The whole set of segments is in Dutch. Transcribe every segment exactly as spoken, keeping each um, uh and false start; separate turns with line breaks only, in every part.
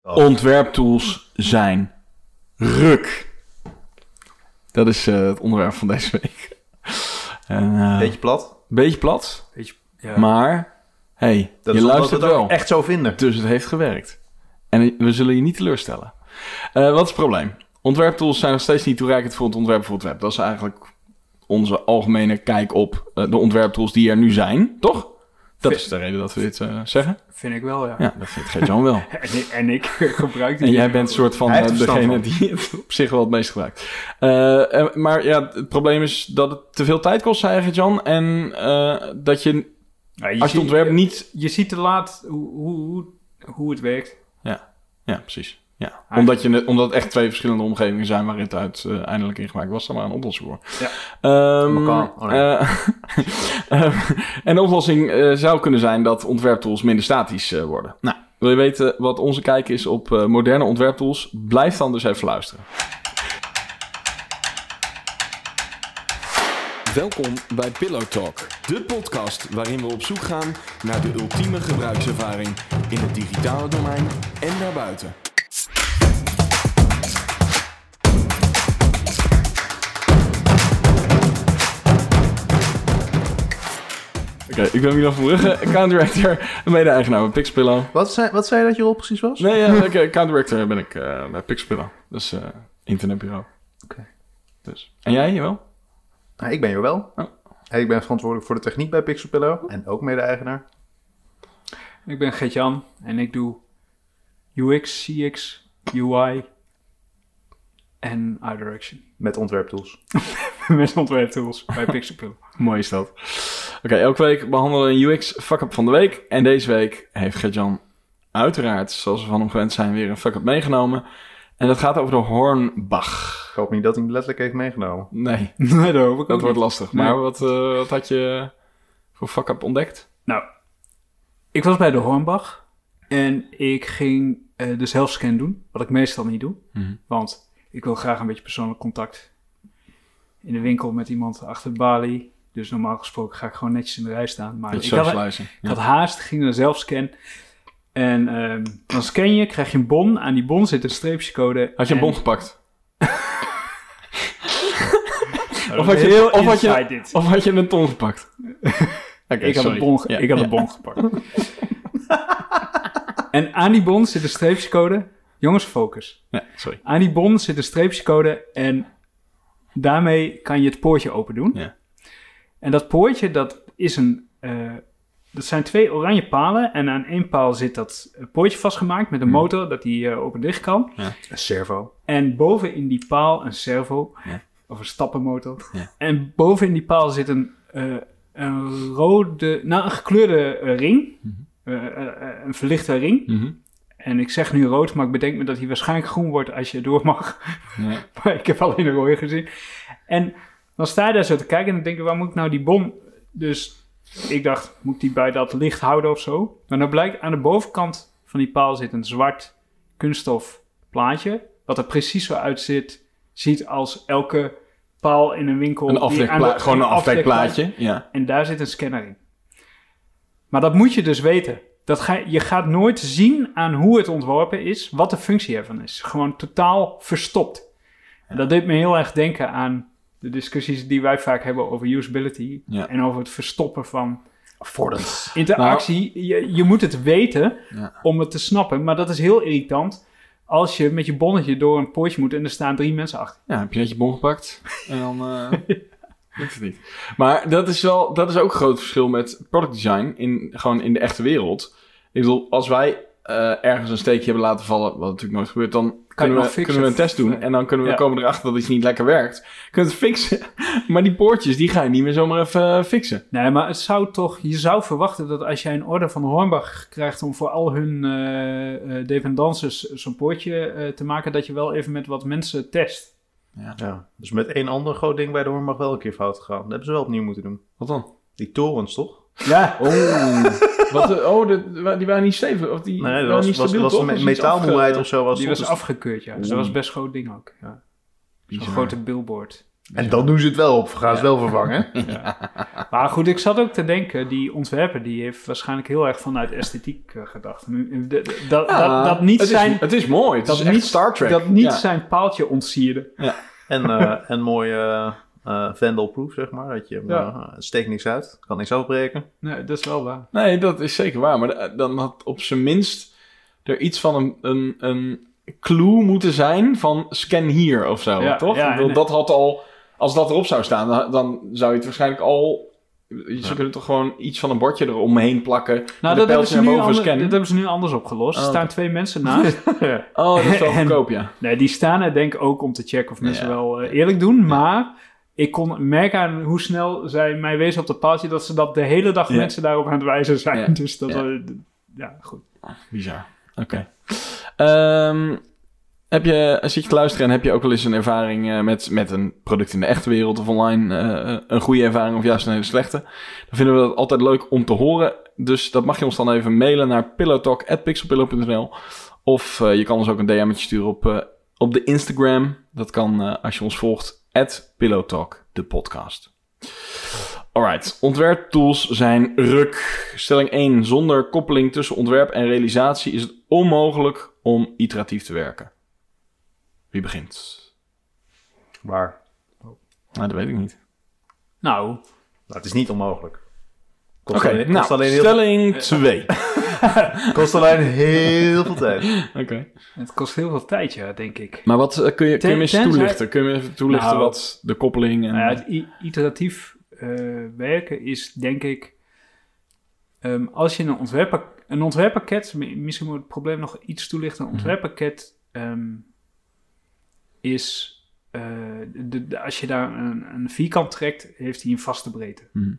Oh. Ontwerptools zijn ruk. Dat is uh, het onderwerp van deze week. En, uh,
beetje plat.
Beetje plat.
Beetje, ja.
Maar, hey,
dat
je
is
luistert
wel.
wel.
Echt zo vinden.
Dus het heeft gewerkt. En we zullen je niet teleurstellen. Uh, wat is het probleem? Ontwerptools zijn nog steeds niet toereikend voor het ontwerpen voor het web. Dat is eigenlijk onze algemene kijk op uh, de ontwerptools die er nu zijn, toch? Dat vind, is de reden dat we dit uh, zeggen.
Vind ik wel, ja.
Ja, dat vindt Gert-Jan wel.
en, ik, en ik gebruik die.
En jij bent een soort van uh, degene van. die het op zich wel het meest gebruikt. Uh, uh, maar ja, het probleem is dat het te veel tijd kost, zei Gert-Jan. En uh, dat je, ja, je als je het ontwerp
je,
niet...
Je ziet te laat hoe, hoe, hoe het werkt.
Ja, ja precies. Ja, omdat, je, omdat het echt twee verschillende omgevingen zijn waarin het uiteindelijk uh, ingemaakt was. Dan maar een oplossing voor.
Ja.
Um, oh, nee. uh, uh, en de oplossing uh, zou kunnen zijn dat ontwerptools minder statisch uh, worden. Nou, wil je weten wat onze kijk is op uh, moderne ontwerptools? Blijf dan dus even luisteren. Welkom bij Pillow Talk, de podcast waarin we op zoek gaan naar de ultieme gebruikservaring in het digitale domein en daarbuiten. Oké, okay, ik ben Milan van Brugge, account director en mede-eigenaar bij Pixelpillow.
Wat zei, wat zei je dat je rol precies was?
Nee, ja, okay, account director ben ik uh, bij Pixelpillow. Dus uh, internetbureau.
Oké. Okay.
Dus. En jij, jawel?
Nou, ik ben Joël. Oh. Ik ben verantwoordelijk voor de techniek bij Pixelpillow en ook mede-eigenaar.
Ik ben Gert-Jan en ik doe U X, C X, U I en Art Direction.
Met ontwerptools.
Met ontwerptools bij Pixelpillow.
Mooi is dat. Oké, okay, elke week behandelen we een U X fuck-up van de week. En deze week heeft Gert-Jan uiteraard, zoals we van hem gewend zijn, weer een fuck-up meegenomen. En dat gaat over de Hornbach.
Ik hoop niet dat hij hem letterlijk heeft meegenomen.
Nee,
nee dat hoop ik
dat
ook
wordt
niet.
lastig.
Nee.
Maar wat, uh, wat had je voor fuck-up ontdekt?
Nou, ik was bij de Hornbach en ik ging uh, de zelfscan doen, wat ik meestal niet doe. Mm-hmm. Want ik wil graag een beetje persoonlijk contact in de winkel met iemand achter de balie. Dus normaal gesproken ga ik gewoon netjes in de rij staan. Maar ik had,
ja.
ik had haast, ging naar zelfscan. En um, dan scan je, krijg je een bon. Aan die bon zit een streepjescode.
Had je
en...
een bon gepakt? of, had je, of, had je, of had je een ton gepakt?
Okay, ik, had een bon, ja, ik had ja. een bon gepakt. En aan die bon zit een streepjescode. Jongens, focus.
Ja, sorry.
Aan die bon zit een streepjescode en daarmee kan je het poortje open doen.
Ja.
En dat poortje, dat is een... Uh, dat zijn twee oranje palen en aan één paal zit dat poortje vastgemaakt met een motor, hmm. dat die uh, open dicht kan.
Ja. Een servo.
En boven in die paal een servo,
ja.
of een stappenmotor.
Ja.
En boven in die paal zit een, uh, een rode, nou een gekleurde uh, ring, mm-hmm. uh, uh, een verlichte ring.
Mm-hmm.
En ik zeg nu rood, maar ik bedenk me dat hij waarschijnlijk groen wordt als je door mag.
Ja.
Maar ik heb alleen een rode gezien. En dan sta je daar zo te kijken en dan denk je, waar moet ik nou die bon... Dus ik dacht, moet ik die bij dat licht houden of zo? Maar dan blijkt aan de bovenkant van die paal zit een zwart kunststof plaatje. Wat er precies zo uitziet, ziet als elke paal in een winkel.
Een afdekpla- de, gewoon een afdekplaatje. Afdek
ja. En daar zit een scanner in. Maar dat moet je dus weten. Dat ga, je gaat nooit zien aan hoe het ontworpen is, wat de functie ervan is. Gewoon totaal verstopt. En dat deed me heel erg denken aan de discussies die wij vaak hebben over usability.
Ja.
En over het verstoppen van
affordance.
Interactie. Nou, je, je moet het weten
ja.
om het te snappen. Maar dat is heel irritant als je met je bonnetje door een poortje moet en er staan drie mensen achter.
Ja, heb je net je bon gepakt en dan uh, lukt het niet. Maar dat is, wel, dat is ook een groot verschil met product design in, gewoon in de echte wereld. Ik bedoel, als wij uh, ergens een steekje hebben laten vallen, wat natuurlijk nooit gebeurt, dan kunnen we, kunnen we een test doen. En dan kunnen we ja. komen erachter dat iets niet lekker werkt. Kunnen het fixen. Maar die poortjes, die ga je niet meer zomaar even uh, fixen.
Nee, maar het zou toch... Je zou verwachten dat als jij een order van Hornbach krijgt om voor al hun uh, uh, dependances zo'n poortje uh, te maken, dat je wel even met wat mensen test.
Ja. ja. Dus met één ander groot ding bij de Hornbach wel een keer fout gegaan. Dat hebben ze wel opnieuw moeten doen.
Wat dan?
Die torens, toch?
Ja.
Oh, wat, uh, oh de, die waren niet stevig. Of die
nee, dat
waren
was,
niet stabiel,
was, was
toch?
een metaalmoeheid of zo. Was
die was
dus
afgekeurd, ja. Dus dat was best groot ding ook. Ja. Zo'n grote billboard.
En dan doen ze het wel op, gaan ze
Ja.
wel vervangen.
Ja. Maar goed, ik zat ook te denken, die ontwerper die heeft waarschijnlijk heel erg vanuit esthetiek uh, gedacht. Nu, de- de- Dat,
Ja,
dat, dat niet
het
zijn,
Is, het is mooi. Het
dat
is echt
niet,
Star Trek.
dat niet
Ja.
zijn paaltje ontsierde.
En, uh, en mooi uh, uh, vandal-proof, zeg maar. Dat je,
Ja.
uh, het steekt niks uit, kan niks afbreken.
Nee, dat is wel waar.
Nee, dat is zeker waar. Maar dan had op zijn minst er iets van een, een, een clue moeten zijn van scan hier of zo,
Ja,
toch?
ja,
Ik bedoel,
en-
dat had al, als dat erop zou staan, dan, dan zou je het waarschijnlijk al... Ze
Ja.
kunnen toch gewoon iets van een bordje eromheen plakken.
Nou,
met
dat
een
hebben,
pijltje
ze
naar
nu
boven
ander-
scannen.
dat hebben ze nu anders opgelost. Er
Oh,
staan
oké.
twee mensen naast.
Ja.
Oh, dat is wel
En-
goedkoop, ja.
Nee, die staan er denk ik ook om te checken of mensen
Ja.
wel uh, eerlijk doen. Maar ik kon merken aan hoe snel zij mij wezen op dat paaltje... dat ze dat de hele dag
Ja.
mensen daarop aan het wijzen zijn.
Ja.
Dus dat...
Ja.
uh, d- ja, goed.
Bizar. Oké. Ehm, heb je, zit je te luisteren en heb je ook wel eens een ervaring eh, met, met een product in de echte wereld of online? eh, een goede ervaring of juist een hele slechte? Dan vinden we dat altijd leuk om te horen. Dus dat mag je ons dan even mailen naar pillowtalk at pixelpillow punt n l. Of uh, je kan ons ook een D M'tje sturen op, uh, op de Instagram. Dat kan uh, als je ons volgt, at pillowtalk, de podcast. Alright, ontwerptools zijn ruk. Stelling één. Zonder koppeling tussen ontwerp en realisatie is het onmogelijk om iteratief te werken. Wie begint?
Waar?
Nou, dat weet ik niet.
Nou,
Nou, het is niet onmogelijk. Kost
Oké,
alleen,
nou,
kost alleen heel,
stelling twee.
kost alleen heel veel tijd.
Oké.
het kost heel veel tijd, ja, denk ik.
Maar wat uh, kun je, kun je me eens
Ten- tenzij-
toelichten? Kun je me even toelichten
Nou,
wat de koppeling en...
Nou ja, het i- iteratief uh, werken is, denk ik... Um, als je een ontwerppak... Een ontwerppakket... Misschien moet ik het probleem nog iets toelichten. Een ontwerppakket um, is... Uh, de, de, als je daar een, een vierkant trekt, heeft hij een vaste breedte.
Mhm.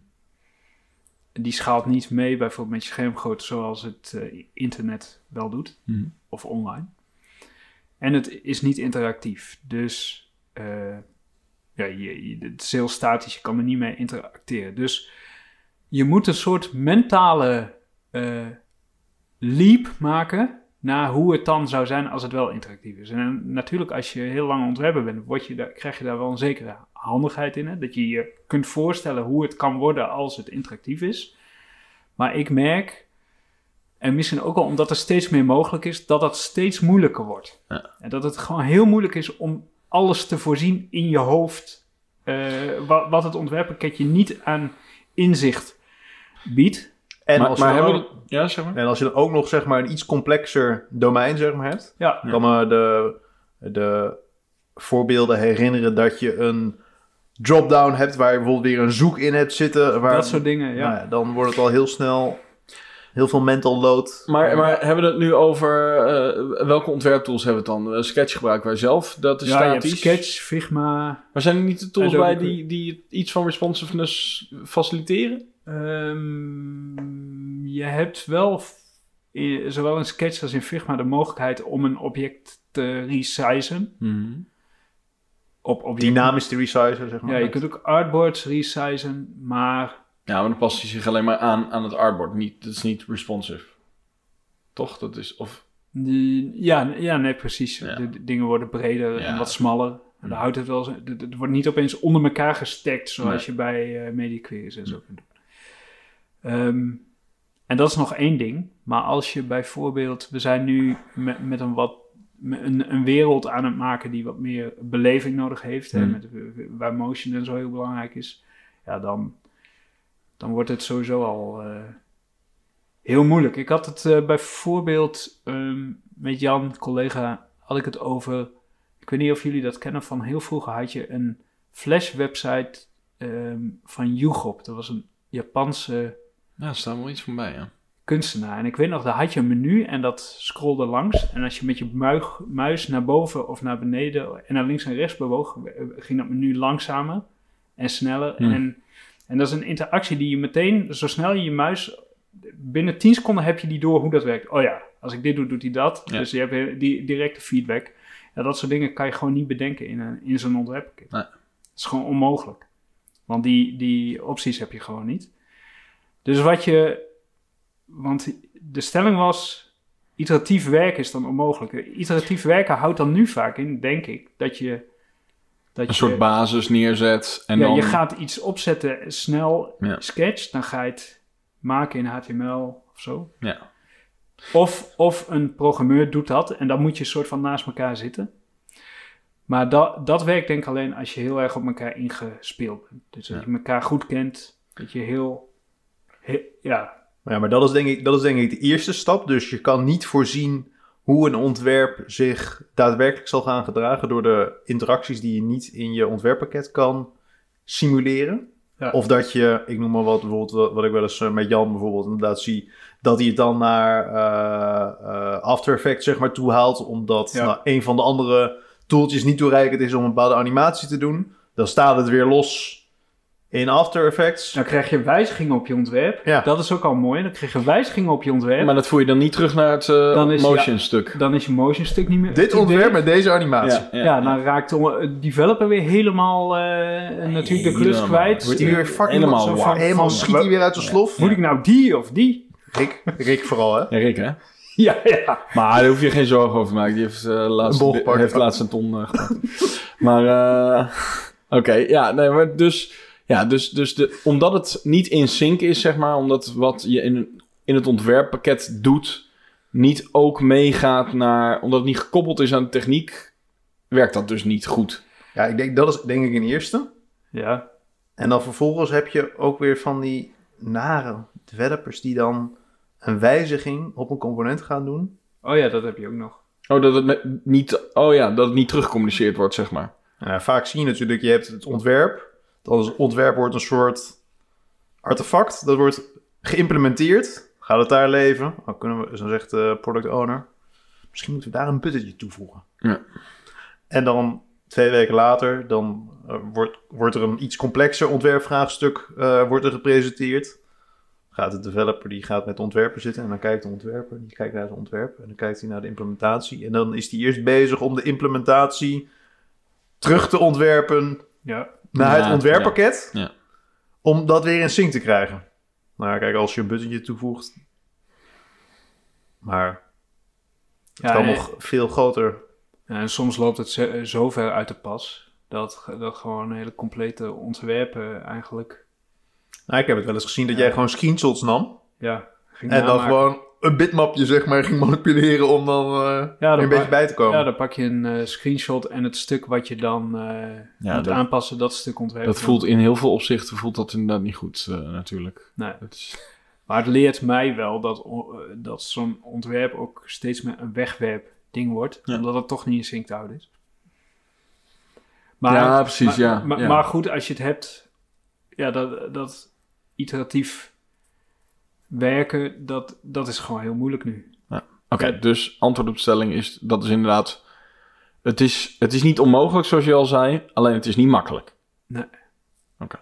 Die schaalt niet mee, bijvoorbeeld met je schermgrootte, zoals het uh, internet wel doet.
Mhm.
Of online. En het is niet interactief. Dus uh, ja, je, je, het is heel statisch, je kan er niet mee interacteren. Dus je moet een soort mentale uh, leap maken naar hoe het dan zou zijn als het wel interactief is. En uh, natuurlijk, als je heel lang ontwerper bent, word je daar, krijg je daar wel een zekere handigheid in. Hè? Dat je je kunt voorstellen hoe het kan worden als het interactief is. Maar ik merk... En misschien ook wel omdat er steeds meer mogelijk is, dat dat steeds moeilijker wordt.
Ja.
En dat het gewoon heel moeilijk is om alles te voorzien in je hoofd. Uh, wat, wat het ontwerppakketje niet aan inzicht biedt.
En,
maar
als je
maar
dan
hebben
ook,
we... Ja, zeg maar.
en als je dan ook nog zeg maar, een iets complexer domein zeg maar, hebt.
Ja,
Ik kan me de, de voorbeelden herinneren dat je een drop-down hebt waar je bijvoorbeeld weer een zoek in hebt zitten. Waar,
dat soort dingen, ja.
nou ja, dan wordt het al heel snel heel veel mental load.
Maar, maar hebben we het nu over... Uh, welke ontwerptools hebben we het dan? Uh, Sketch gebruiken wij zelf. Dat is
Ja, je hebt
statisch.
Sketch, Figma.
Maar zijn er niet de tools
Adobe
bij die, die iets van responsiveness faciliteren?
Um, je hebt wel, in, zowel in Sketch als in Figma, de mogelijkheid om een object te resizen.
Mm-hmm.
Op objecten.
Dynamisch te resizen, zeg maar.
Ja, je kunt ook artboards resizen, maar...
Ja, maar dan past hij zich alleen maar aan aan het artboard. Niet, dat is niet responsive. Toch? Dat is... Of...
Die, ja, ja, nee, precies.
Ja.
De, de dingen worden breder
Ja.
en wat smaller. En dan houdt het wel... zo- Het, het wordt niet opeens onder elkaar gestekt, zoals
Nee.
je bij uh, media queries en zo kunt doen. Um, en dat is nog één ding. Maar als je bijvoorbeeld... We zijn nu met, met een wat... met Een, een wereld aan het maken die wat meer beleving nodig heeft.
Hmm.
Hè, met, waar motion en zo heel belangrijk is. Ja, dan, dan wordt het sowieso al... Uh, heel moeilijk. Ik had het uh, bijvoorbeeld um, met Jan, collega, had ik het over... Ik weet niet of jullie dat kennen. Van heel vroeger had je een Flash-website um, van Yugop. Dat was een Japanse
Ja, er staat wel iets van bij, ja.
kunstenaar. En ik weet nog, daar had je een menu en dat scrollde langs. En als je met je muig, muis naar boven of naar beneden en naar links en rechts bewoog, ging dat menu langzamer en sneller.
Hmm.
En, en dat is een interactie die je meteen, zo snel je je muis... Binnen tien seconden heb je die door hoe dat werkt. Oh ja, als ik dit doe, doet hij dat.
Ja.
Dus je hebt die directe feedback. Ja, dat soort dingen kan je gewoon niet bedenken in, een, in zo'n ontwerppakket.
Nee.
Dat is gewoon onmogelijk. Want die, die opties heb je gewoon niet. Dus wat je... Want de stelling was... Iteratief werken is dan onmogelijk. Iteratief werken houdt dan nu vaak in, denk ik, dat je Dat
Een
je,
soort basis neerzet. En
ja,
dan...
je gaat iets opzetten, snel
Ja.
sketch, dan ga je het maken in H T M L of zo.
Ja.
Of, of een programmeur doet dat en dan moet je een soort van naast elkaar zitten. Maar dat, dat werkt denk ik alleen als je heel erg op elkaar ingespeeld bent. Dus dat
Ja.
je elkaar goed kent, dat je heel, he- ja,
Ja, maar dat is, denk ik, dat is denk ik de eerste stap. Dus je kan niet voorzien hoe een ontwerp zich daadwerkelijk zal gaan gedragen door de interacties die je niet in je ontwerppakket kan simuleren.
Ja.
Of dat je, ik noem maar wat, bijvoorbeeld wat, wat ik wel eens eh, met Jan bijvoorbeeld inderdaad zie, dat hij het dan naar eh, eh, After Effects zeg maar toe haalt, omdat
Ja.
nou, een van de andere tooltjes niet toereikend is om een bepaalde animatie te doen. Dan staat het weer los in After Effects.
Dan krijg je wijzigingen op je ontwerp.
Ja.
Dat is ook al mooi. Dan krijg je wijzigingen op je ontwerp.
Maar dat voer je dan niet terug naar het uh,
Dan is-
motion
ja.
stuk.
Dan is je motion stuk niet meer...
Dit ontwerp met deze animatie.
Ja,
Ja, dan raakt de developer weer helemaal eh, natuurlijk de klus
Helemaal.
kwijt.
Wordt hij weer fucking
Helemaal
zo
wauw.
van, helemaal schiet hij weer uit zijn slof.
Moet ik nou die of die?
Rick, Rick vooral, hè?
Ja, Rick, hè?
Ja, ja.
Maar daar hoef je geen zorgen over te maken. Die heeft, uh, laatst,
Een bol gepakt.
heeft laatst een ton uh, gepakt. Maar, uh, oké, okay, ja, nee, maar dus, ja, dus, dus de, omdat het niet in sync is, zeg maar, omdat wat je in, in het ontwerppakket doet, niet ook meegaat naar, omdat het niet gekoppeld is aan de techniek, werkt dat dus niet goed.
Ja, ik denk, dat is denk ik een eerste.
Ja.
En dan vervolgens heb je ook weer van die nare developers die dan een wijziging op een component gaan doen.
Oh ja, dat heb je ook nog.
Oh, dat het met, niet, oh ja, dat het niet teruggecommuniceerd wordt, zeg maar.
Nou, vaak zie je natuurlijk, je hebt het ontwerp. Dan is het ontwerp wordt een soort artefact. Dat wordt geïmplementeerd. Gaat het daar leven? Dan kunnen we, zo zegt de product owner. Misschien moeten we daar een buttetje toevoegen.
Ja.
En dan twee weken later, dan uh, wordt, wordt er een iets complexer ontwerpvraagstuk uh, wordt er gepresenteerd. Gaat de developer, die gaat met de ontwerper zitten en dan kijkt de ontwerper, die kijkt naar het ontwerp en dan kijkt hij naar de implementatie. En dan is hij eerst bezig om de implementatie terug te ontwerpen
Ja.
naar
Ja,
het ontwerppakket.
ja, ja.
Om dat weer in sync te krijgen. Nou ja, kijk, als je een buttetje toevoegt. Maar het
Ja,
kan
en-
nog veel groter.
En soms loopt het zo, zo ver uit de pas dat, dat gewoon hele complete ontwerpen eigenlijk.
Nou, ik heb het wel eens gezien dat jij gewoon screenshots nam.
Ja, ging
En dan
namaken.
gewoon een bitmapje, zeg maar, ging manipuleren om dan uh,
Ja,
er
dan
een beetje
pa-
bij te komen.
Ja, dan pak je een eh, screenshot en het stuk wat je dan eh
Ja,
moet
dat-
aanpassen, dat stuk ontwerpen.
Dat voelt in heel veel opzichten voelt dat inderdaad niet goed, uh, natuurlijk.
Nee.
Het is,
Maar het leert mij wel dat, o- eh, dat zo'n ontwerp ook steeds meer een wegwerp ding wordt.
Ja.
Omdat het toch niet in sync te houden is. Maar,
Ja, precies,
maar,
ja,
Maar,
ja.
maar goed, als je het hebt, ja, dat, dat iteratief werken, dat, dat is gewoon heel moeilijk nu.
Oké, okay,
Ja.
dus antwoord op de stelling is, dat is inderdaad... Het is, het is niet onmogelijk, zoals je al zei, alleen het is niet makkelijk.
Nee.
Oké.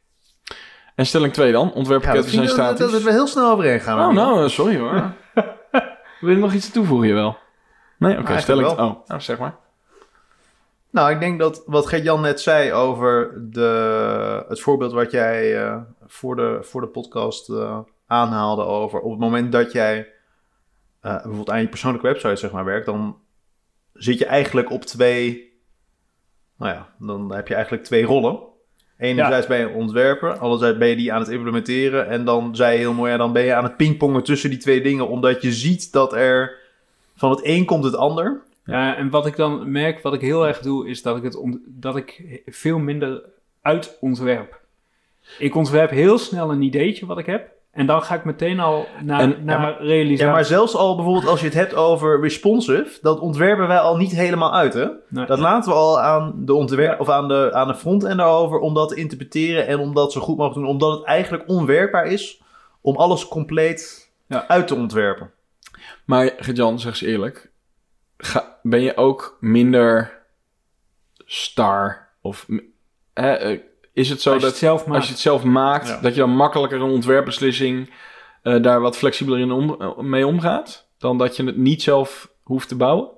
En stelling twee dan,
Ja, dat
ontwerppakketten
vind
zijn
ik dat, dat
statisch.
we heel snel overheen gaan.
Oh, nou, uh, sorry hoor. Wil je nog iets toevoegen, jawel? Nee, oké,
eigenlijk
stelling...
wel.
Oh, nou, zeg maar.
Nou, ik denk dat wat Gert-Jan net zei over de, het voorbeeld wat jij uh, voor, de, voor de podcast uh, aanhaalde over op het moment dat jij uh, bijvoorbeeld aan je persoonlijke website zeg maar werkt, dan zit je eigenlijk op twee, nou ja, dan heb je eigenlijk twee rollen. Enerzijds ben je een ontwerper, anderzijds ben je die aan het implementeren en dan zei je heel mooi, ja, dan ben je aan het pingpongen tussen die twee dingen, omdat je ziet dat er van het een komt het ander.
Ja, en wat ik dan merk, wat ik heel erg doe, is dat ik, het ont- dat ik veel minder uitontwerp. Ik ontwerp heel snel een ideetje wat ik heb. En dan ga ik meteen al naar,
En-
naar
ja, maar-
realisatie.
Ja, maar zelfs al bijvoorbeeld als je het hebt over responsive, dat ontwerpen wij al niet helemaal uit, hè?
Nee.
Dat laten we al aan de ontwerp of aan de, aan de frontend over om dat te interpreteren en om dat zo goed mogelijk te doen, omdat het eigenlijk onwerkbaar is om alles compleet
Ja.
uit te ontwerpen.
Maar Gert-Jan, zeg eens eerlijk. Ga, ben je ook minder star? Of hè, eh, is het zo
Als je
dat
het zelf maakt.
als je het zelf maakt,
Ja.
dat je dan makkelijker een ontwerpbeslissing eh, daar wat flexibeler in om, eh, mee omgaat? Dan dat je het niet zelf hoeft te bouwen?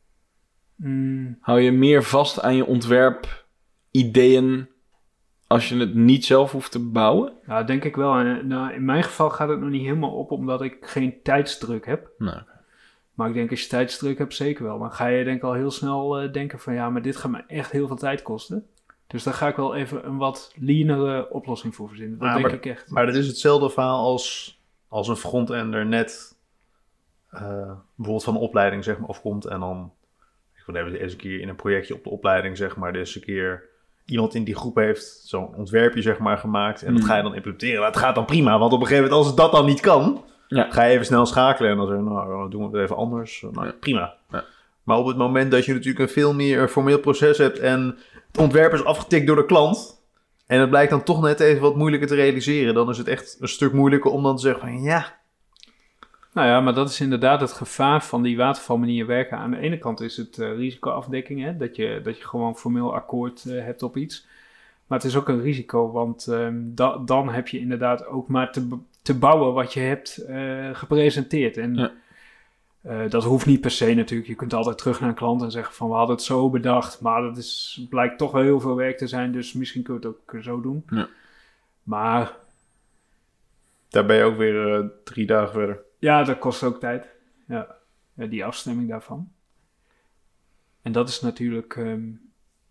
Mm,
Hou je meer vast aan je ontwerpideeën als je het niet zelf hoeft te bouwen?
ja, denk ik wel. En, nou, in mijn geval gaat het nog niet helemaal op, omdat ik geen tijdsdruk heb.
Nou,
Maar ik denk als je tijdsdruk hebt, zeker wel. Dan ga je denk ik al heel snel uh, denken van ja, maar dit gaat me echt heel veel tijd kosten. Dus daar ga ik wel even een wat leanere oplossing voor verzinnen. Dat
ja,
denk
maar,
ik echt.
Maar dat is hetzelfde verhaal als, als een frontender net uh, bijvoorbeeld van de opleiding zeg maar afkomt en dan ik wil even eens een keer in een projectje op de opleiding zeg maar dus een keer iemand in die groep heeft zo'n ontwerpje zeg maar gemaakt en dat ga je dan implementeren. Dat gaat dan prima, want op een gegeven moment als het dat dan niet kan, ja. ga je even snel schakelen en dan zeggen nou, dan doen we het even anders. Nou, ja. Prima. Ja. Maar op het moment dat je natuurlijk een veel meer formeel proces hebt en het ontwerp is afgetikt door de klant en het blijkt dan toch net even wat moeilijker te realiseren, dan is het echt een stuk moeilijker om dan te zeggen van ja.
Nou ja, maar dat is inderdaad het gevaar van die watervalmanier werken. Aan de ene kant is het uh, risicoafdekking, hè? Dat, je, dat je gewoon formeel akkoord uh, hebt op iets. Maar het is ook een risico, want um, da- dan heb je inderdaad ook maar te, te bouwen wat je hebt uh, gepresenteerd. En ja. uh, dat hoeft niet per se natuurlijk. Je kunt altijd terug naar een klant en zeggen van we hadden het zo bedacht, maar dat is, blijkt toch wel heel veel werk te zijn, dus misschien kun je het ook zo doen. Ja. Maar
daar ben je ook weer uh, drie dagen verder.
Ja, dat kost ook tijd. Ja, ja die afstemming daarvan. En dat is natuurlijk Um,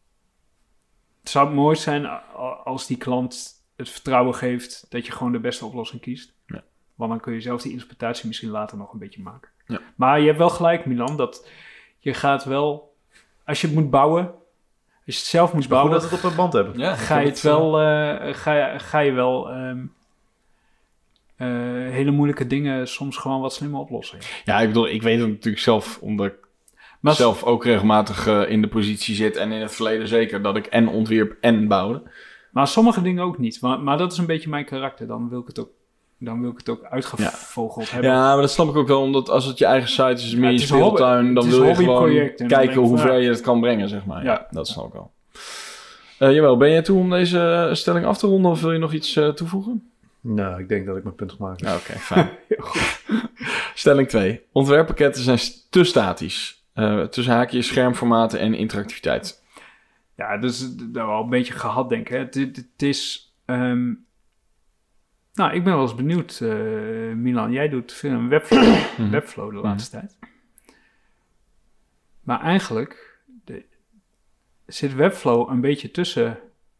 het zou mooi zijn als die klant het vertrouwen geeft dat je gewoon de beste oplossing kiest. Ja. Want dan kun je zelf die interpretatie misschien later nog een beetje maken. Ja. Maar je hebt wel gelijk, Milan, dat je gaat wel, als je het moet bouwen, als je het zelf moet bouwen,
dat het op een band hebben.
Ja, ga je het wel, uh, ga, ga je wel Um, Uh, hele moeilijke dingen soms gewoon wat slimmer oplossen.
Ja, ik bedoel, ik weet het natuurlijk zelf, omdat ik maar zelf ook regelmatig uh, in de positie zit en in het verleden zeker, dat ik en ontwierp en bouwde.
Maar sommige dingen ook niet. Maar, maar dat is een beetje mijn karakter. Dan wil ik het ook, dan wil ik het ook uitgevogeld
ja.
hebben.
Ja, maar dat snap ik ook wel, omdat als het je eigen site is, meer ja, je speeltuin, hobby, dan wil je gewoon kijken hoe ver je het kan brengen, zeg maar. Ja, ja dat snap ik wel. Uh, jawel, ben je toe om deze stelling af te ronden of wil je nog iets uh, toevoegen?
Nou, ik denk dat ik mijn punt gemaakt heb.
Oké, okay, fijn. Stelling twee. Ontwerppakketten zijn te statisch. Uh, tussen haakjes, schermformaten en interactiviteit.
Ja, dus dat is wel een beetje gehad, denk ik. Hè. Het, het, het is Um, nou, ik ben wel eens benieuwd, uh, Milan. Jij doet veel een webflow, webflow de laatste mm-hmm. tijd. Maar eigenlijk de, zit webflow een beetje tussen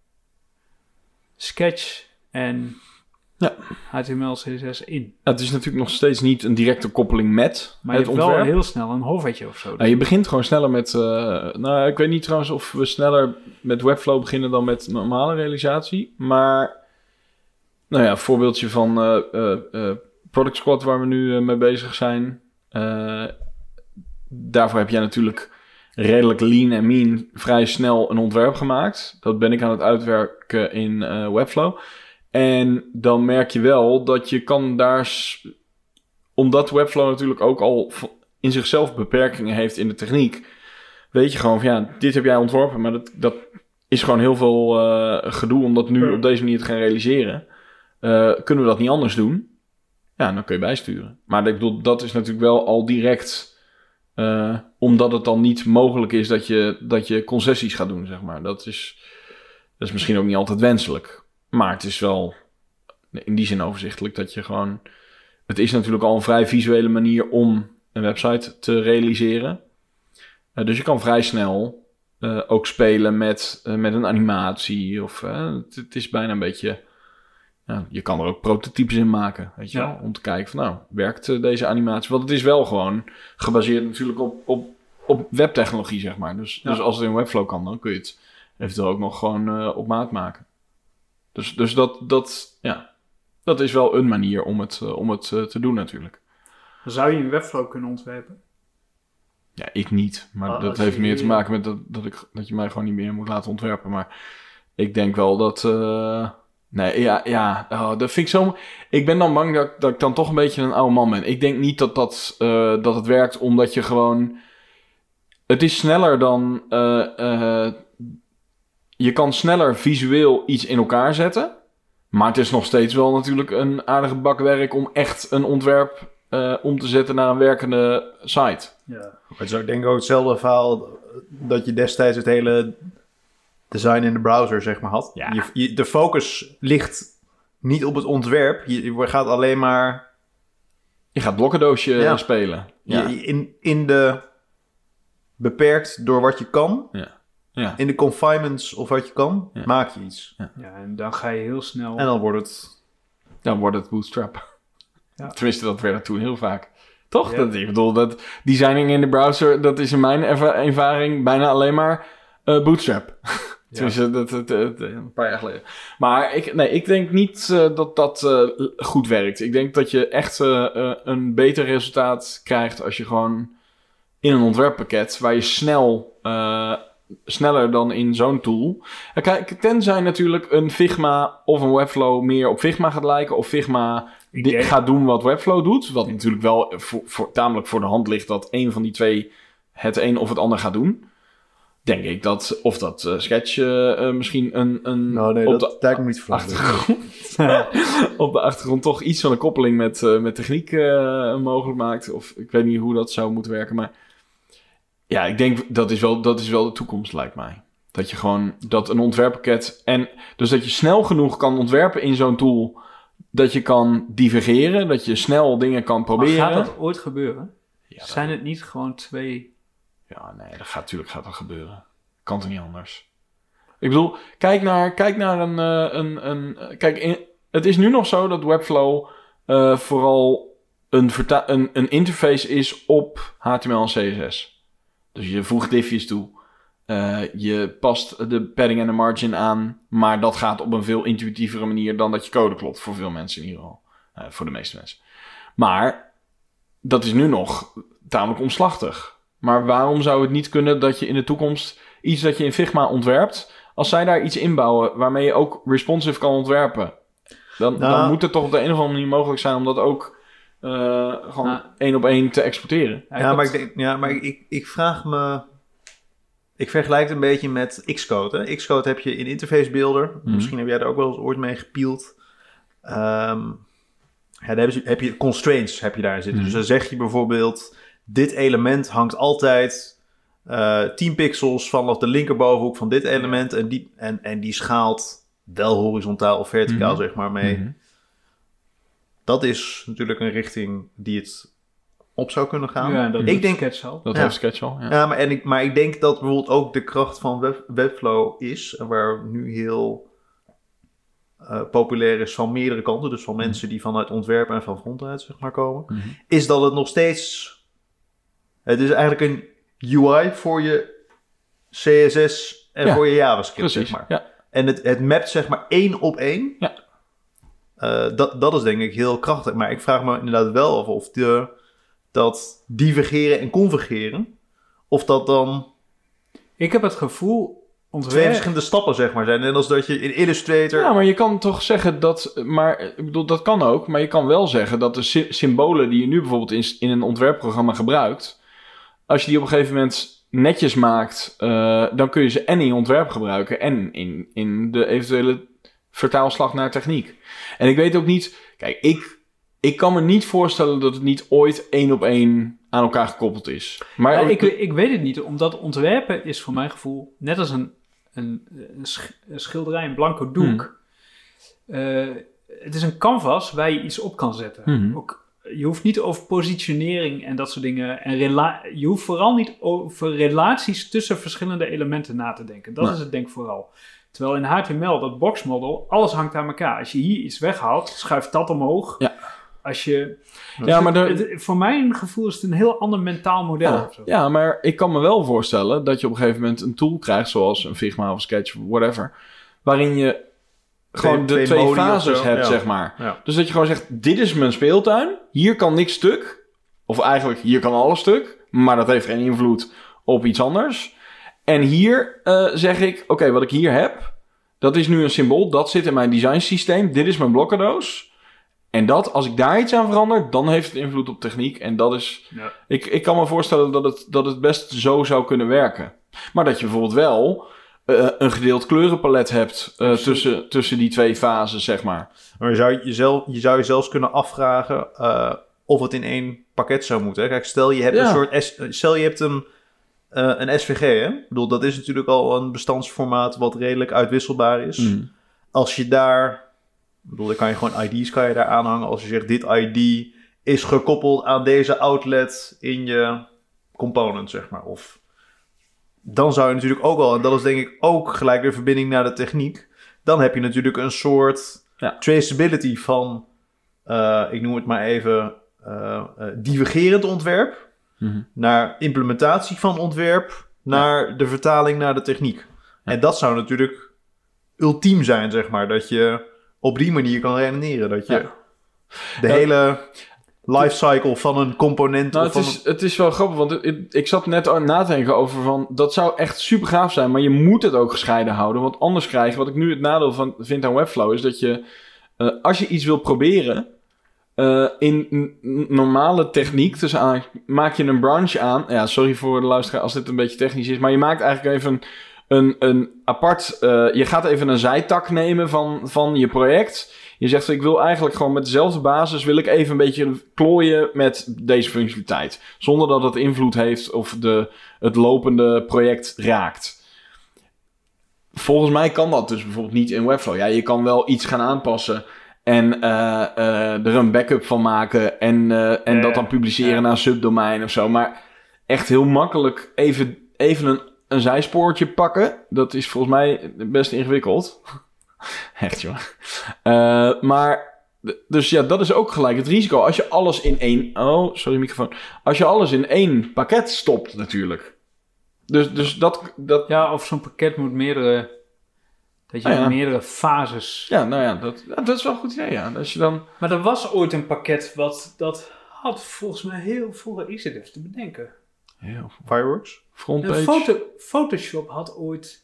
Sketch en
ja.
H T M L, C S S in.
Ja, het is natuurlijk nog steeds niet een directe koppeling met
maar
het
je hebt
ontwerp.
wel heel snel een hovertje of zo.
Nou, je begint gewoon sneller met Uh, nou, ik weet niet trouwens of we sneller met Webflow beginnen dan met normale realisatie. Maar, nou ja, een voorbeeldje van uh, uh, uh, Product Squad waar we nu uh, mee bezig zijn. Uh, daarvoor heb jij natuurlijk redelijk lean en mean vrij snel een ontwerp gemaakt. Dat ben ik aan het uitwerken in uh, Webflow. En dan merk je wel dat je kan daar, omdat Webflow natuurlijk ook al in zichzelf beperkingen heeft in de techniek, weet je gewoon van ja, dit heb jij ontworpen, maar dat, dat is gewoon heel veel uh, gedoe om dat nu op deze manier te gaan realiseren. Uh, kunnen we dat niet anders doen? Ja, dan kun je bijsturen. Maar ik bedoel, dat is natuurlijk wel al direct, uh, omdat het dan niet mogelijk is dat je, dat je concessies gaat doen, zeg maar. Dat is, dat is misschien ook niet altijd wenselijk. Maar het is wel in die zin overzichtelijk dat je gewoon, het is natuurlijk al een vrij visuele manier om een website te realiseren. Uh, dus je kan vrij snel uh, ook spelen met, uh, met een animatie. Of uh, het, het is bijna een beetje, uh, je kan er ook prototypes in maken, weet je ja. wel. Om te kijken van nou, werkt uh, deze animatie? Want het is wel gewoon gebaseerd natuurlijk op, op, op webtechnologie, zeg maar. Dus, ja. dus als het in Webflow kan, dan kun je het eventueel ook nog gewoon uh, op maat maken. Dus, dus dat, dat, ja, dat is wel een manier om het, uh, om het uh, te doen natuurlijk.
Zou je een Webflow kunnen ontwerpen?
Ja, ik niet. Maar oh, dat heeft meer te maken met dat, dat, ik, dat je mij gewoon niet meer moet laten ontwerpen. Maar ik denk wel dat Uh, nee, ja, ja oh, dat vind ik zo. Ik ben dan bang dat, dat ik dan toch een beetje een oude man ben. Ik denk niet dat, dat, uh, dat het werkt omdat je gewoon. Het is sneller dan Uh, uh, Je kan sneller visueel iets in elkaar zetten. Maar het is nog steeds wel natuurlijk een aardige bak werk om echt een ontwerp uh, om te zetten naar een werkende site.
Ja. Maar het is ook denk ik ook hetzelfde verhaal dat je destijds het hele design in de browser zeg maar had. Ja. Je, je, de focus ligt niet op het ontwerp. Je, je gaat alleen maar
Je gaat blokkendoosje
Ja.
spelen. Ja.
Je, in, in de... Beperkt door wat je kan.
Ja. Ja.
In de confinements of wat je kan,
Ja.
maak je iets.
Ja, en dan ga je heel snel...
En dan wordt het...
Dan wordt het bootstrap.
Ja.
Tenminste, dat werd het toen heel vaak. Toch?
Ja.
Dat, ik bedoel, dat designing in de browser, dat is in mijn erva- ervaring bijna alleen maar uh, bootstrap. Tenminste, dat, dat, dat, dat, een paar jaar geleden. Maar ik, nee, ik denk niet uh, dat dat uh, goed werkt. Ik denk dat je echt uh, uh, een beter resultaat krijgt als je gewoon in een ontwerppakket, waar je snel, uh, sneller dan in zo'n tool. En kijk, tenzij natuurlijk een Figma of een Webflow meer op Figma gaat lijken, of Figma
Ik
di-
denk-
gaat doen wat Webflow doet. Wat natuurlijk wel voor, voor, tamelijk voor de hand ligt dat een van die twee het een of het ander gaat doen. Denk ik dat, of dat uh, Sketch uh, uh, misschien een, een
Nou nee,
op
dat
de
lijkt me niet flauw.
achtergrond, op de achtergrond toch iets van een koppeling met, uh, met techniek uh, mogelijk maakt. Of ik weet niet hoe dat zou moeten werken, maar ja, ik denk dat is wel, dat is wel de toekomst, lijkt mij. Dat je gewoon, dat een ontwerppakket en dus dat je snel genoeg kan ontwerpen in zo'n tool, dat je kan divergeren, dat je snel dingen kan
Maar
proberen.
gaat dat ooit gebeuren?
Ja, dat-
Zijn het niet gewoon twee...
Ja, nee, dat gaat natuurlijk gaat dat gebeuren. Kan toch niet anders. Ik bedoel, kijk naar, kijk naar een, uh, een, een... Kijk, in, het is nu nog zo dat Webflow uh, vooral een, verta- een, een interface is op H T M L en C S S. Dus je voegt diffjes toe. Uh, je past de padding en de margin aan. Maar dat gaat op een veel intuïtievere manier dan dat je code klopt. Voor veel mensen in ieder geval. Uh, voor de meeste mensen. Maar dat is nu nog tamelijk omslachtig. Maar waarom zou het niet kunnen dat je in de toekomst iets dat je in Figma ontwerpt, als zij daar iets inbouwen waarmee je ook responsive kan ontwerpen, dan,
Nou,
dan moet het toch op de een of andere manier mogelijk zijn om dat ook uh, gewoon
Nou,
één op één te exporteren.
Ja,
Ja,
ik
maar,
had-
ik, denk, ja, maar ik, ik, ik vraag me... Ik vergelijk het een beetje met Xcode. Hè? Xcode heb je in Interface Builder.
Mhm.
Misschien heb jij er ook wel eens ooit mee gepield. Ehm ja, daar hebben ze- heb je constraints heb je daar zitten.
Mhm.
Dus dan zeg je bijvoorbeeld... Dit element hangt altijd uh, tien pixels vanaf de linkerbovenhoek van dit element. En die, en, en die schaalt wel horizontaal of verticaal,
Mhm.
zeg maar, mee.
Mhm.
Dat is natuurlijk een richting die het op zou kunnen gaan.
Ja, dat
ik
doet
denk,
Sketch al.
Dat
Ja.
heeft Sketch al. Ja.
ja, maar, en ik, maar ik denk dat bijvoorbeeld ook de kracht van Web, Webflow is, waar nu heel uh, populair is van meerdere kanten, dus van
Mhm.
mensen die vanuit ontwerpen en van frontend, zeg maar, komen,
Mhm.
is dat het nog steeds... Het is eigenlijk een U I voor je C S S en
Ja,
voor je JavaScript,
Precies.
zeg maar.
Ja.
En het, het mapt zeg maar één op één.
Ja.
Uh, dat, dat is denk ik heel krachtig. Maar ik vraag me inderdaad wel af of de, dat divergeren en convergeren, of dat dan
Ik heb het gevoel...
twee
Ontwerp...
verschillende stappen zeg maar zijn. En als dat je in Illustrator...
Ja, maar je kan toch zeggen dat... Maar ik bedoel, dat kan ook. Maar je kan wel zeggen dat de sy- symbolen die je nu bijvoorbeeld in, in een ontwerpprogramma gebruikt, als je die op een gegeven moment netjes maakt, uh, dan kun je ze en in ontwerp gebruiken en in, in de eventuele vertaalslag naar techniek. En ik weet ook niet... Kijk, ik, ik kan me niet voorstellen dat het niet ooit één op één aan elkaar gekoppeld is. Maar
Ja, ik, ik weet het niet, omdat ontwerpen is voor mijn gevoel net als een, een, een sch- een schilderij, een blanco doek. Eh, het is een canvas waar je iets op kan zetten.
Mhm.
Ook, je hoeft niet over positionering en dat soort dingen. En rela- je hoeft vooral niet over relaties tussen verschillende elementen na te denken. Dat
Nee.
is het denk ik vooral. Terwijl in H T M L, dat boxmodel, alles hangt aan elkaar. Als je hier iets weghaalt, schuift dat omhoog.
Ja.
Als je...
Ja, maar de-
het- voor mijn gevoel is het een heel ander mentaal model.
Ja,
of zo.
ja, maar ik kan me wel voorstellen dat je op een gegeven moment een tool krijgt, zoals een Figma of Sketch, whatever, waarin je gewoon de
twee
twee
modi of
fases
zo,
hebt,
ja.
zeg maar.
Ja.
Dus dat je gewoon zegt, dit is mijn speeltuin, hier kan niks stuk, of eigenlijk hier kan alles stuk, maar dat heeft geen invloed op iets anders. En hier uh, zeg ik, oké, okay, wat ik hier heb, dat is nu een symbool, dat zit in mijn design systeem, dit is mijn blokkendoos. En dat, als ik daar iets aan verander, dan heeft het invloed op techniek. En dat is...
Ja.
Ik, ik kan me voorstellen dat het, dat het best zo zou kunnen werken. Maar dat je bijvoorbeeld wel uh, een gedeeld kleurenpalet hebt uh, tussen, tussen die twee fasen, zeg maar.
Maar je zou jezelf, je zou je zelfs kunnen afvragen uh, of het in één pakket zou moeten. Hè? Kijk, stel je hebt
Ja.
een soort... S, stel je hebt een, uh, een S V G, hè? Ik bedoel, dat is natuurlijk al een bestandsformaat wat redelijk uitwisselbaar is.
Mm.
Als je daar... Ik bedoel, dan kan je gewoon I D's kan je daar aanhangen. Als je zegt, dit I D is gekoppeld aan deze outlet in je component, zeg maar. Of dan zou je natuurlijk ook al, en dat is denk ik ook gelijk de verbinding naar de techniek, dan heb je natuurlijk een soort
Ja.
traceability van, uh, ik noem het maar even, uh, uh, divergerend ontwerp
Mm-hmm.
naar implementatie van ontwerp, naar ja. de vertaling naar de techniek. Ja. En dat zou natuurlijk ultiem zijn, zeg maar, dat je op die manier kan redeneren, dat je ja. de ja. hele lifecycle van een component...
Nou,
of
het,
van
is, een... het is wel grappig, want het, het, ik zat net na te denken over van... dat zou echt super gaaf zijn, maar je moet het ook gescheiden houden. Want anders krijg je, wat ik nu het nadeel van vind aan Webflow... is dat je, uh, als je iets wil proberen... Uh, in n- normale techniek, dus aan, maak je een branch aan... Ja, sorry voor de luisteraar als dit een beetje technisch is... maar je maakt eigenlijk even een, een apart... Uh, je gaat even een zijtak nemen van, van je project... Je zegt, ik wil eigenlijk gewoon met dezelfde basis... wil ik even een beetje klooien met deze functionaliteit. Zonder dat het invloed heeft of de, het lopende project raakt. Volgens mij kan dat dus bijvoorbeeld niet in Webflow. Ja, je kan wel iets gaan aanpassen... en uh, uh, er een backup van maken... en, uh, en ja, dat dan publiceren ja. naar een subdomein of zo. Maar echt heel makkelijk even, even een, een zijspoortje pakken... dat is volgens mij best ingewikkeld... Echt, joh. Uh, maar, dus ja, dat is ook gelijk het risico. Als je alles in één... Oh, sorry, microfoon. Als je alles in één pakket stopt, natuurlijk. Dus, dus dat, dat...
Ja, of zo'n pakket moet meerdere... Dat je ah, ja. meerdere fases...
Ja, nou ja dat, dat is wel een goed idee, ja. Als je dan...
Maar er was ooit een pakket wat... Dat had volgens mij heel veel... Is het even te bedenken?
Heel Fireworks?
Frontpage?
Foto, Photoshop had ooit...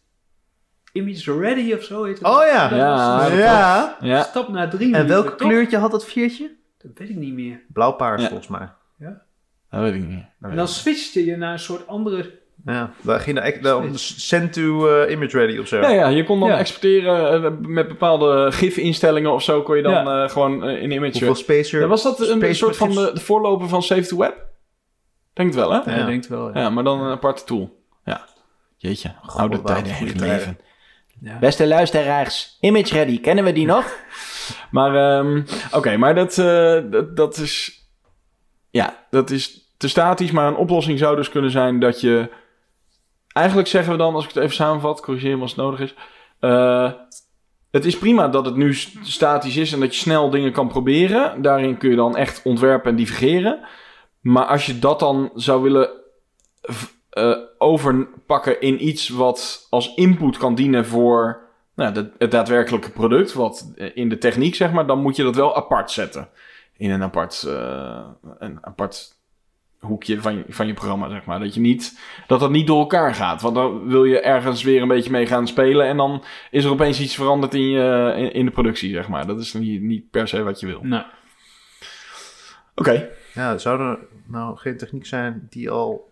Image Ready of zo heet het.
Oh ja.
Dat
ja,
was
ja.
ja. Stap naar drie.
En welk toch? Kleurtje had dat viertje?
Dat weet ik niet meer.
Blauw-paars
ja.
volgens mij.
Ja.
Dat weet ik niet. Dat
en dan switchte je naar een soort andere...
Ja, daar ging de, de, de send to uh, image ready of zo.
Ja, ja, je kon dan ja. exporteren uh, met bepaalde GIF-instellingen of zo. Kon je dan ja. uh, gewoon uh, in image...
Hoeveel spacer?
Ja, was dat een, een soort van de, de voorloper van Save to Web? Denk het wel, hè?
Ja, ja. denk het wel. Ja.
ja, maar dan een aparte tool. Ja. Jeetje, God, oude tijden herleven.
Ja.
Beste luisteraars, Image Ready, kennen we die nog? maar, um, oké, okay, maar dat, uh, dat, dat is... Ja, dat is te statisch, maar een oplossing zou dus kunnen zijn dat je... Eigenlijk zeggen we dan, als ik het even samenvat, corrigeer me als het nodig is... Uh, het is prima dat het nu statisch is en dat je snel dingen kan proberen. Daarin kun je dan echt ontwerpen en divergeren. Maar als je dat dan zou willen... Uh, overpakken in iets wat als input kan dienen voor nou, de, het daadwerkelijke product, wat in de techniek zeg maar, dan moet je dat wel apart zetten. In een apart, uh, een apart hoekje van je, van je programma, zeg maar. Dat je niet, dat dat niet door elkaar gaat. Want dan wil je ergens weer een beetje mee gaan spelen en dan is er opeens iets veranderd in, je, in, in de productie, zeg maar. Dat is niet, niet per se wat je wil.
Nee.
Oké. Okay.
Ja, zou er nou geen techniek zijn die al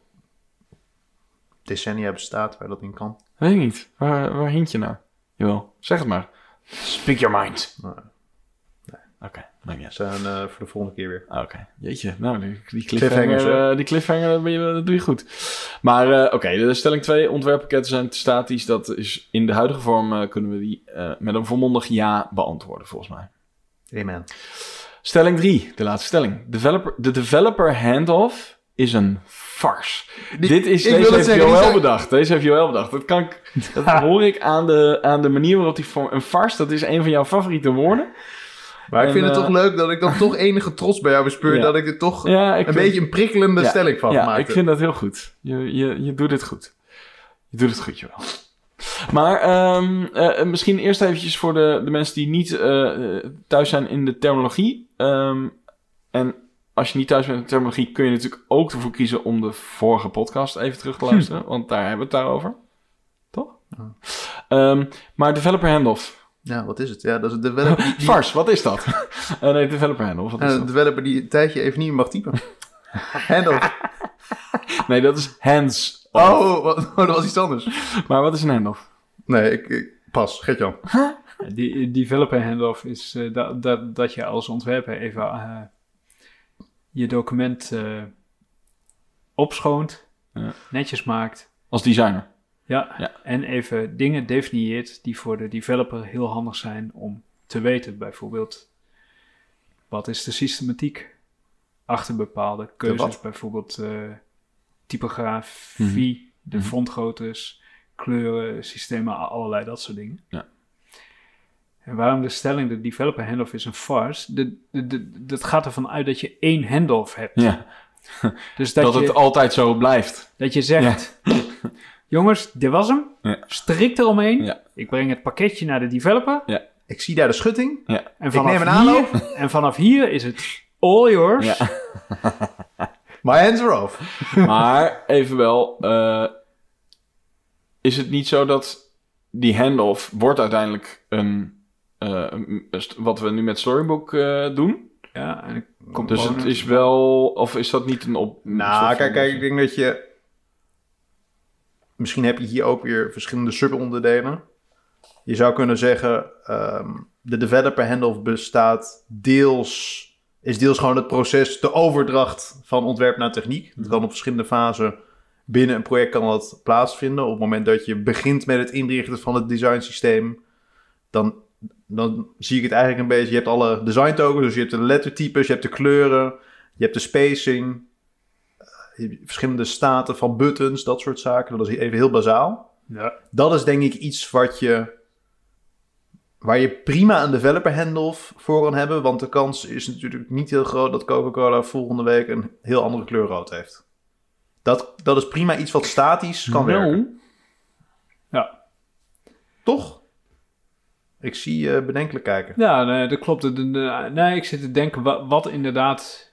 decennia bestaat waar dat in kan?
Weet ik niet. Waar, waar hint je naar? Jawel, zeg het maar. Speak your mind.
Nee.
nee. Oké, okay, maakt niet uit.
Zijn uh, voor de volgende keer weer.
Oké, okay. Jeetje. Nou, die, die cliffhanger, uh, die cliffhanger dat, ben je, dat doe je goed. Maar uh, oké, okay, de stelling twee. Ontwerppakketten zijn te statisch. Dat is in de huidige vorm uh, kunnen we die uh, met een volmondig ja beantwoorden, volgens mij.
Amen.
Stelling drie, de laatste stelling. Developer, de developer handoff is een farce. Die, Dit is, deze heeft Joël zijn... bedacht. Deze heeft Joël bedacht. Dat, kan ik, dat hoor ik aan de, aan de manier waarop hij voor een farce, dat is een van jouw favoriete woorden.
Maar en, ik vind uh, het toch leuk dat ik dan toch enige trots bij jou bespeur, ja. dat ik er toch ja, ik een vind, beetje een prikkelende ja, stelling van
ja,
maakte.
Ik vind dat heel goed. Je, je, je doet het goed. Je doet het goed, Joël. Maar um, uh, misschien eerst eventjes voor de, de mensen die niet uh, thuis zijn in de terminologie. Um, en als je niet thuis bent in de terminologie, kun je natuurlijk ook ervoor kiezen om de vorige podcast even terug te luisteren. Hm. Want daar hebben we het daarover. Toch? Ja. Um, maar developer handoff.
Ja, wat is het? Ja, dat is een developer die...
Vars, wat is dat? uh, nee, developer handoff. Wat is
uh, een developer die een tijdje even niet mag typen. Handoff.
Nee, dat is hands.
Oh, wat, oh, dat was iets anders.
Maar wat is een handoff?
Nee, ik, ik pas. Gert-Jan.
Huh? Die developer handoff is uh, dat, dat, dat je als ontwerper even uh, je document uh, opschoont, ja. netjes maakt.
Als designer?
Ja, ja, en even dingen definieert die voor de developer heel handig zijn om te weten. Bijvoorbeeld, wat is de systematiek? achter bepaalde keuzes.
wat?
Bijvoorbeeld uh, typografie,
Mm-hmm.
de fontgroottes, kleuren, systemen, allerlei dat soort dingen.
Ja.
En waarom de stelling, de developer handoff is een farce, de, de, de, dat gaat ervan uit dat je één handoff hebt.
Ja.
Dus dat,
Dat
je,
het altijd zo blijft.
dat je zegt, jongens, dit was hem,
Ja.
strikt eromheen,
Ja.
ik breng het pakketje naar de developer,
Ik zie daar de schutting.
Ja.
en
Ik
vanaf,
neem een aanloop.
hier, en vanaf hier is het all yours.
Ja.
My hands are off.
Maar evenwel, uh, is het niet zo dat die handoff wordt uiteindelijk een, uh, een- wat we nu met Storybook uh, doen?
Ja, en
Dus het is wel, of is dat niet een op... een
Nou,
soort
kijk,
van-
kijk, ik denk dat je... Misschien heb je hier ook weer verschillende subonderdelen. Je zou kunnen zeggen, um, de developer handoff bestaat deels... is deels gewoon het proces, de overdracht van ontwerp naar techniek. Dat kan op verschillende fasen binnen een project kan dat plaatsvinden. Op het moment dat je begint met het inrichten van het designsysteem, dan, dan zie ik het eigenlijk een beetje... Je hebt alle design tokens, dus je hebt de lettertypes, je hebt de kleuren, je hebt de spacing, je hebt verschillende staten van buttons, dat soort zaken. Dat is even heel bazaal.
Ja.
Dat is denk ik iets wat je, waar je prima een developer handoff voor kan hebben. Want de kans is natuurlijk niet heel groot dat Coca-Cola volgende week een heel andere kleur rood heeft. Dat, dat is prima iets wat statisch kan
Wel.
werken.
Ja.
Toch? Ik zie je bedenkelijk kijken.
Ja, nee, dat klopt. De, de- nee, ik zit te denken wat, wat inderdaad...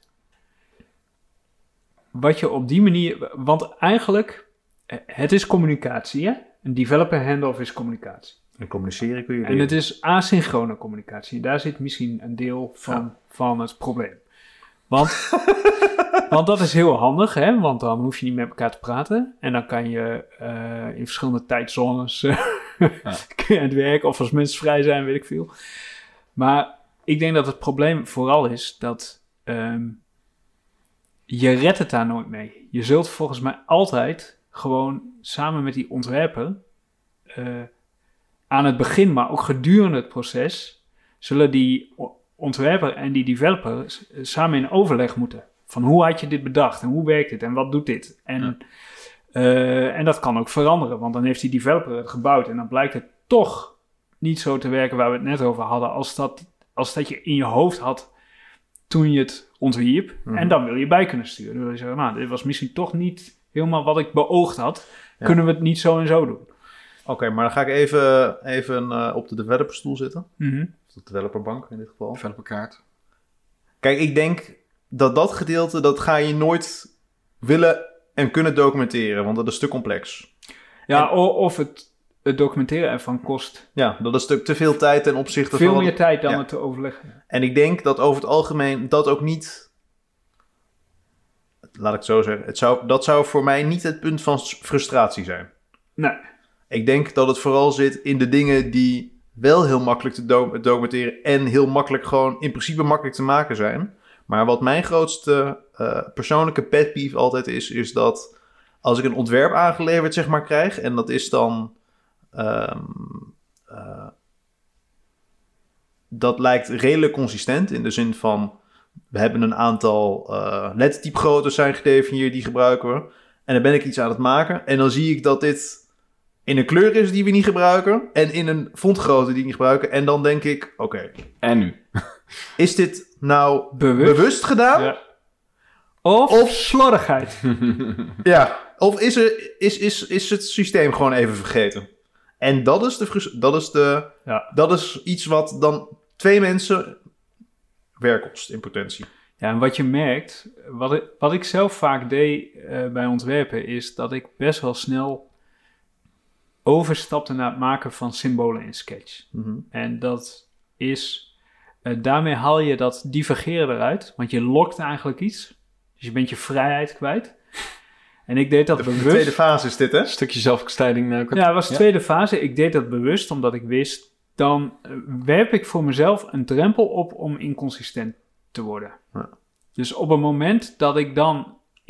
Wat je op die manier... Want eigenlijk, eh, het is communicatie, hè? Een developer handoff is communicatie.
En communiceren kun je
En het is asynchrone communicatie. En daar zit misschien een deel van,
Ja.
van het probleem. Want, want dat is heel handig, hè? Want dan hoef je niet met elkaar te praten. En dan kan je eh, in verschillende tijdzones eh,
Ja.
kun je aan het werk. Of als mensen vrij zijn, weet ik veel. Maar ik denk dat het probleem vooral is dat ehm, je redt het daar nooit mee. Je zult volgens mij altijd gewoon samen met die ontwerper... eh, aan het begin, maar ook gedurende het proces, zullen die o- ontwerper en die developer s- samen in overleg moeten. Van hoe had je dit bedacht en hoe werkt dit en wat doet dit? En,
Ja.
eh, en dat kan ook veranderen, want dan heeft die developer het gebouwd en dan blijkt het toch niet zo te werken waar we het net over hadden, als dat, als dat je in je hoofd had toen je het ontwierp.
Mhm.
En dan wil je bij kunnen sturen. Dan wil je zeggen, nou, dit was misschien toch niet helemaal wat ik beoogd had.
Ja.
Kunnen we het niet zo en zo doen?
Oké, maar dan ga ik even, even uh, op de developerstoel zitten.
Mhm.
Of de developerbank in dit geval.
Developerkaart.
Kijk, ik denk dat dat gedeelte, dat ga je nooit willen en kunnen documenteren, want dat is te complex.
Ja,
En-
o- of het, het documenteren ervan kost
Ja, dat is te, te veel tijd ten opzichte
veel
van...
meer tijd dan
ja.
het te overleggen.
En ik denk dat over het algemeen dat ook niet... Laat ik het zo zeggen. Het zou, dat zou voor mij niet het punt van s- frustratie zijn.
Nee.
Ik denk dat het vooral zit in de dingen die wel heel makkelijk te do- documenteren en heel makkelijk gewoon in principe makkelijk te maken zijn. Maar wat mijn grootste uh, persoonlijke pet peeve altijd is, is dat als ik een ontwerp aangeleverd zeg maar krijg en dat is dan... Um, uh, dat lijkt redelijk consistent in de zin van... We hebben een aantal uh, lettertypegroottes zijn gedefinieerd, die gebruiken we. En dan ben ik iets aan het maken. En dan zie ik dat dit in een kleur is die we niet gebruiken. En in een fontgrootte die we niet gebruiken. En dan denk ik, oké. Okay,
En nu?
Is dit nou
Bewust,
bewust gedaan?
Ja. Of,
Of-
slordigheid.
Ja. Of is, er, is, is, is het systeem gewoon even vergeten? En dat is, de, frus- dat, is de,
Ja.
dat is iets wat dan twee mensen werk kost in potentie.
Ja, en wat je merkt, wat ik, wat ik zelf vaak deed uh, bij ontwerpen, is dat ik best wel snel overstapte naar het maken van symbolen in Sketch.
Mm-hmm.
En dat is, uh, daarmee haal je dat divergeren eruit, want je lokt eigenlijk iets. Dus je bent je vrijheid kwijt. En ik deed dat
De,
bewust.
de tweede fase is dit, hè?
Een stukje zelfkastijding. Uh,
Ja, het was de
ja.
tweede fase. Ik deed dat bewust, omdat ik wist... dan uh, werp ik voor mezelf een drempel op om inconsistent te worden.
Ja.
Dus op het moment dat ik dan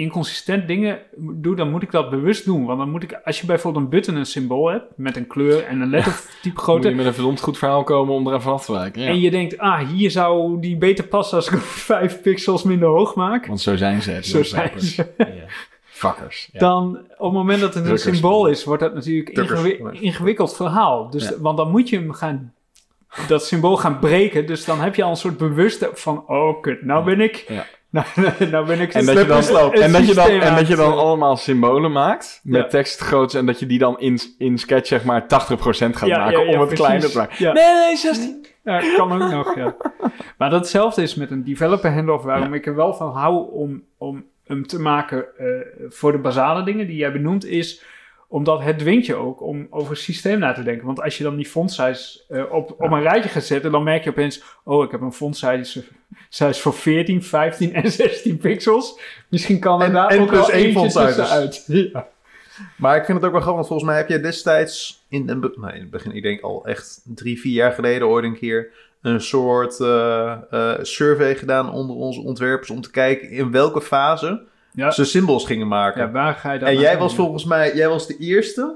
inconsistent dingen doe, dan moet ik dat bewust doen. Want dan moet ik, als je bijvoorbeeld een button een symbool hebt, met een kleur en een lettertype grootte.
Moet je met een verdomd goed verhaal komen om er even af te wijken. Ja.
En je denkt, ah, hier zou die beter passen als ik hem vijf pixels minder hoog maak.
Want zo zijn ze. Het
Zo zijn ze.
Ja. Fuckers. Ja.
Dan, op het moment dat het een
Drukkers.
symbool is, wordt dat natuurlijk een
Drukkers.
ingewi- ingewikkeld verhaal. Dus,
Ja.
Want dan moet je hem gaan, dat symbool gaan breken. Dus dan heb je al een soort bewuste van, oh kut, nou ben ik,
Ja.
nou, nou ben ik
En dat je dan,
het
en dat je dan,
systeem
en
aan
dat je
het-
dan allemaal symbolen maakt met
Ja.
tekstgrootte en dat je die dan in, in Sketch zeg maar tachtig procent gaat
Ja,
maken
ja, ja,
om het
precies.
kleiner te maken.
Ja.
Nee, nee, zestien.
Ja, kan ook nog, ja. Maar datzelfde is met een developer handoff, waarom
Ja.
ik er wel van hou om, om hem te maken uh, voor de basale dingen die jij benoemt, is omdat het dwingt je ook om over het systeem na te denken. Want als je dan die font size uh, op, op een rijtje gaat zetten, dan merk je opeens, oh, ik heb een font size, size voor veertien, vijftien en zestien pixels. Misschien kan er
En-
daar
en
ook
plus
wel
één
eentje
font size.
tussenuit. Ja.
Maar ik vind het ook wel grappig, want volgens mij heb je destijds in, een be- nou, in het begin, ik denk al echt drie, vier jaar geleden ooit een keer een soort uh, uh, survey gedaan onder onze ontwerpers om te kijken in welke fase
Ja.
ze symbols gingen maken.
Ja, waar ga je dan
en jij
naartoe?
was volgens mij, jij was de eerste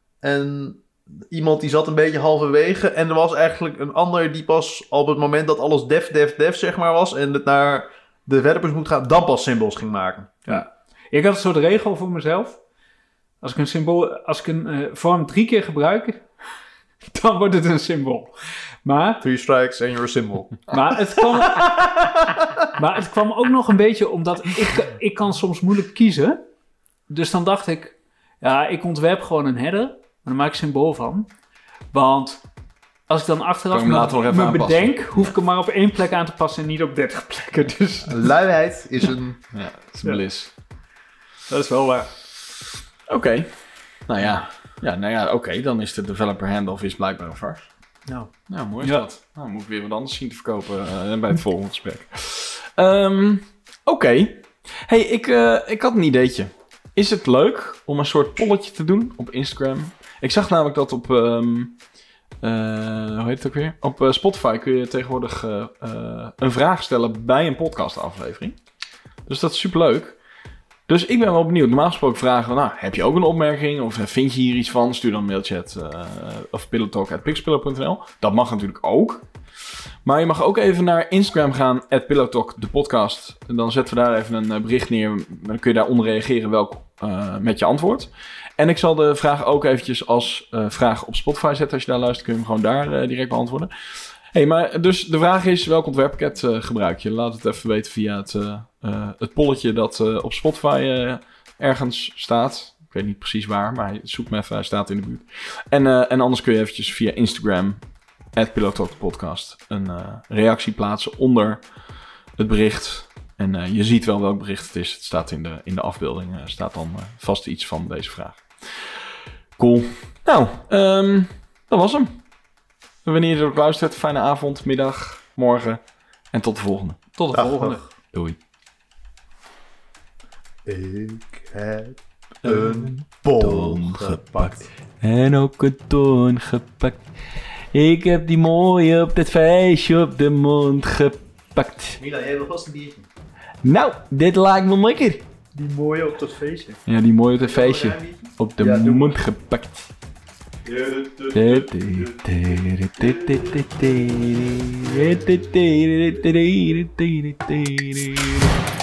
en iemand die zat een beetje halverwege en er was eigenlijk een ander die pas op het moment dat alles def, def, def zeg maar was en het naar de developers moet gaan, dan pas symbols ging maken.
Ja. Ik had een soort regel voor mezelf. Als ik een symbool, als ik een uh, vorm drie keer gebruik, dan wordt het een symbool. Maar,
Three strikes and you're a symbol.
maar, het kwam, maar het kwam ook nog een beetje omdat ik, ik kan soms moeilijk kiezen. Dus dan dacht ik, ja, ik ontwerp gewoon een header, maar dan maak ik een symbool van. Want als ik dan achteraf
Kan je hem later nog even
me
aanpassen.
bedenk, hoef ik hem maar op één plek aan te passen en niet op dertig plekken. Dus
Luiheid is een...
Ja, het is een
Ja.
bliss.
dat is wel waar.
Oké. Nou ja. Ja, nou ja, oké. Okay. Dan is de developer handoff is blijkbaar een vars.
Nou,
Nou, mooi is
Ja.
dat. Nou, moet ik weer wat anders zien te verkopen uh, bij het volgende gesprek. Um, Oké. Okay. Hey, ik, uh, ik had een ideetje. Is het leuk om een soort polletje te doen op Instagram? Ik zag namelijk dat op... Um, uh, hoe heet het ook weer? Op uh, Spotify kun je tegenwoordig uh, uh, een vraag stellen bij een podcastaflevering. Dus dat is superleuk. Dus ik ben wel benieuwd. Normaal gesproken vragen we, nou, heb je ook een opmerking? Of vind je hier iets van? Stuur dan een mailtje at, uh, of pillowtalk at pixpillow punt n l. Dat mag natuurlijk ook. Maar je mag ook even naar Instagram gaan, at pillowtalk, de podcast. En dan zetten we daar even een uh, bericht neer. Dan kun je daaronder reageren welk, uh, met je antwoord. En ik zal de vraag ook eventjes als uh, vraag op Spotify zetten. Als je daar luistert, kun je hem gewoon daar uh, direct beantwoorden. Hey, maar dus de vraag is, welk ontwerppakket uh, gebruik je? Laat het even weten via het, uh, uh, het polletje dat uh, op Spotify uh, ergens staat. Ik weet niet precies waar, maar zoek me even, hij staat in de buurt. En, uh, en anders kun je eventjes via Instagram, at pillowtalkpodcast, een uh, reactie plaatsen onder het bericht. En uh, je ziet wel welk bericht het is. Het staat in de, in de afbeelding, uh, staat dan uh, vast iets van deze vraag. Cool. Nou, um, dat was hem. Wanneer je erop luistert, fijne avond, middag, morgen en tot de volgende.
Tot de
Dag,
volgende.
dag.
Doei.
Ik heb een bon gepakt.
En ook een toon gepakt. Ik heb die mooie op dat feestje op de mond gepakt.
Mila, jij wil vast een biertje.
Nou, dit lijkt me lekker.
Die mooie op dat feestje.
Ja, die mooie op dat feestje op de
Ja, doe
mond gepakt.
Ja,